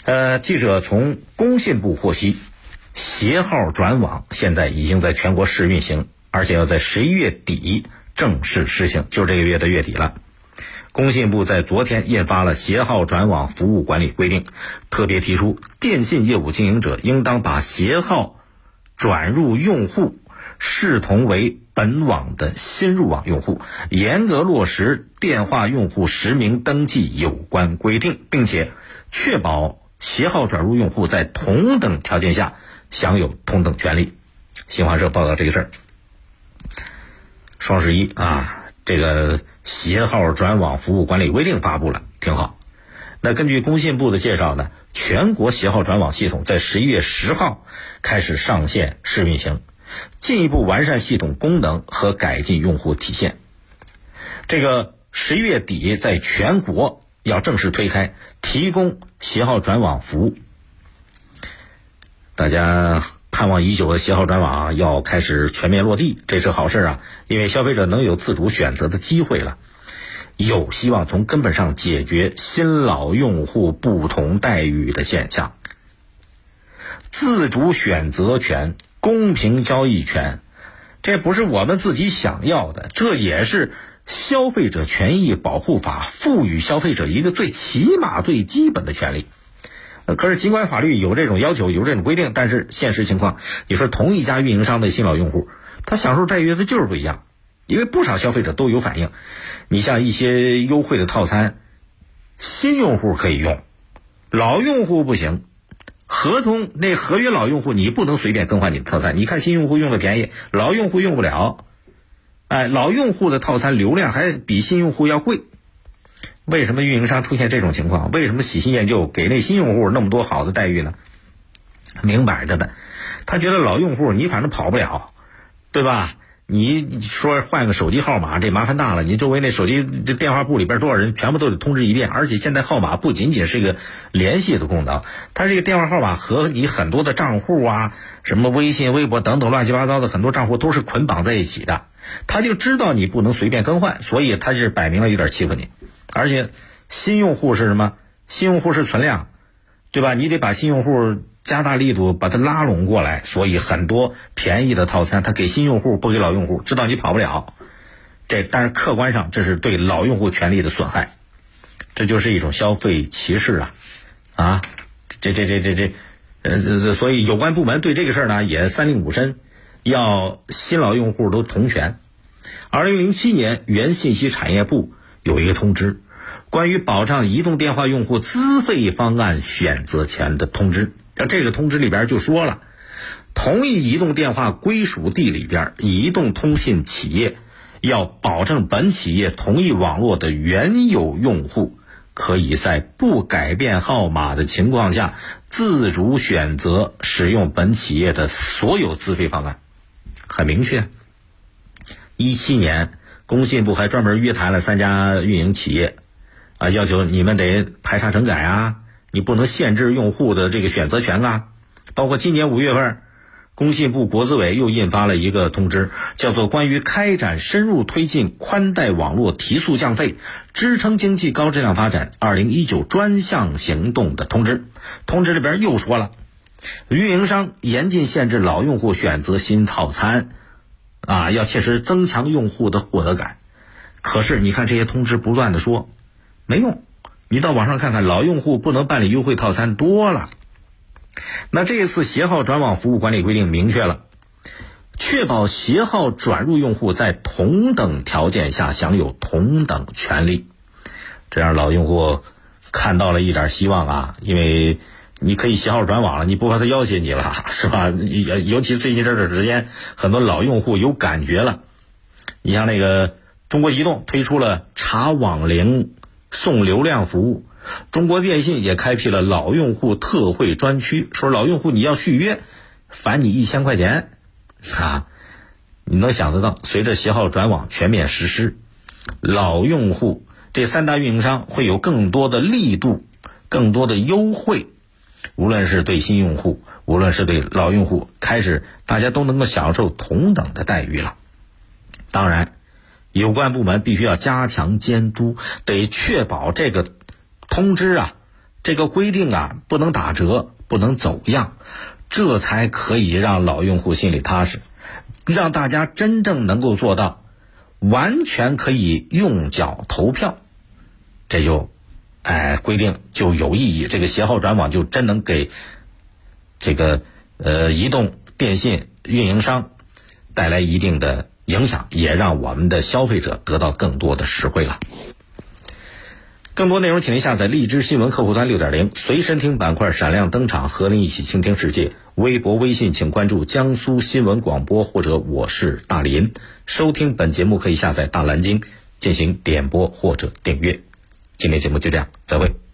记者从工信部获悉，携号转网现在已经在全国试运行，而且要在11月底正式实行，就这个月的月底了。工信部在昨天印发了携号转网服务管理规定，特别提出，电信业务经营者应当把携号转入用户视同为本网的新入网用户，严格落实电话用户实名登记有关规定，并且确保携号转入用户在同等条件下享有同等权利。新华社报道这个事儿。双11这个携号转网服务管理规定发布了，挺好。那根据工信部的介绍呢，全国携号转网系统在11月10号开始上线试运行，进一步完善系统功能和改进用户体验。这个11月底在全国要正式推开，提供携号转网服务。大家盼望已久的携号转网要开始全面落地，这是好事啊，因为消费者能有自主选择的机会了，有希望从根本上解决新老用户不同待遇的现象。自主选择权、公平交易权，这不是我们自己想要的，这也是消费者权益保护法赋予消费者一个最起码最基本的权利。可是尽管法律有这种要求，有这种规定，但是现实情况，你说同一家运营商的新老用户，他享受待遇的就是不一样。因为不少消费者都有反映，你像一些优惠的套餐，新用户可以用，老用户不行。合约老用户你不能随便更换你的套餐，你看新用户用的便宜，老用户用不了。老用户的套餐流量还比新用户要贵。为什么运营商出现这种情况？为什么喜新厌旧给那新用户那么多好的待遇呢？明摆着的，他觉得老用户你反正跑不了，对吧？你说换个手机号码，这麻烦大了，你周围那手机这电话簿里边多少人全部都得通知一遍，而且现在号码不仅仅是一个联系的功能，它这个电话号码和你很多的账户什么微信、微博等等乱七八糟的很多账户都是捆绑在一起的，他就知道你不能随便更换，所以他是摆明了有点欺负你。而且新用户是什么？新用户是存量，对吧？你得把新用户加大力度把它拉拢过来，所以很多便宜的套餐他给新用户不给老用户，知道你跑不了。但是客观上这是对老用户权利的损害，这就是一种消费歧视所以有关部门对这个事儿呢也三令五申，要新老用户都同权。2007年原信息产业部有一个通知，关于保障移动电话用户资费方案选择权的通知。这个通知里边就说了，同一移动电话归属地里边，移动通信企业要保证本企业同一网络的原有用户可以在不改变号码的情况下自主选择使用本企业的所有资费方案。很明确。17年工信部还专门约谈了3家运营企业要求你们得排查整改你不能限制用户的这个选择权包括今年5月份工信部国资委又印发了一个通知，叫做关于开展深入推进宽带网络提速降费，支撑经济高质量发展2019专项行动的通知。通知里边又说了，运营商严禁限制老用户选择新套餐要切实增强用户的获得感。可是你看这些通知不断的说没用，你到网上看看，老用户不能办理优惠套餐多了。那这一次携号转网服务管理规定明确了，确保携号转入用户在同等条件下享有同等权利，这样老用户看到了一点希望因为你可以携号转网了，你不怕他要挟你了，是吧？尤其最近这段时间，很多老用户有感觉了。你像那个中国移动推出了查网龄送流量服务，中国电信也开辟了老用户特惠专区，说老用户你要续约，返你1000块钱你能想得到，随着携号转网全面实施，老用户这3大运营商会有更多的力度，更多的优惠，无论是对新用户，无论是对老用户，开始大家都能够享受同等的待遇了。当然有关部门必须要加强监督，得确保这个通知这个规定啊不能打折，不能走样，这才可以让老用户心里踏实，让大家真正能够做到完全可以用脚投票，这就规定就有意义，这个携号转网就真能给这个移动电信运营商带来一定的影响，也让我们的消费者得到更多的实惠了。更多内容请您下载荔枝新闻客户端 6.0 随身听板块闪亮登场，和您一起倾听世界。微博微信请关注江苏新闻广播或者我是大林。收听本节目可以下载大蓝鲸进行点播或者订阅。今天节目就这样，再会。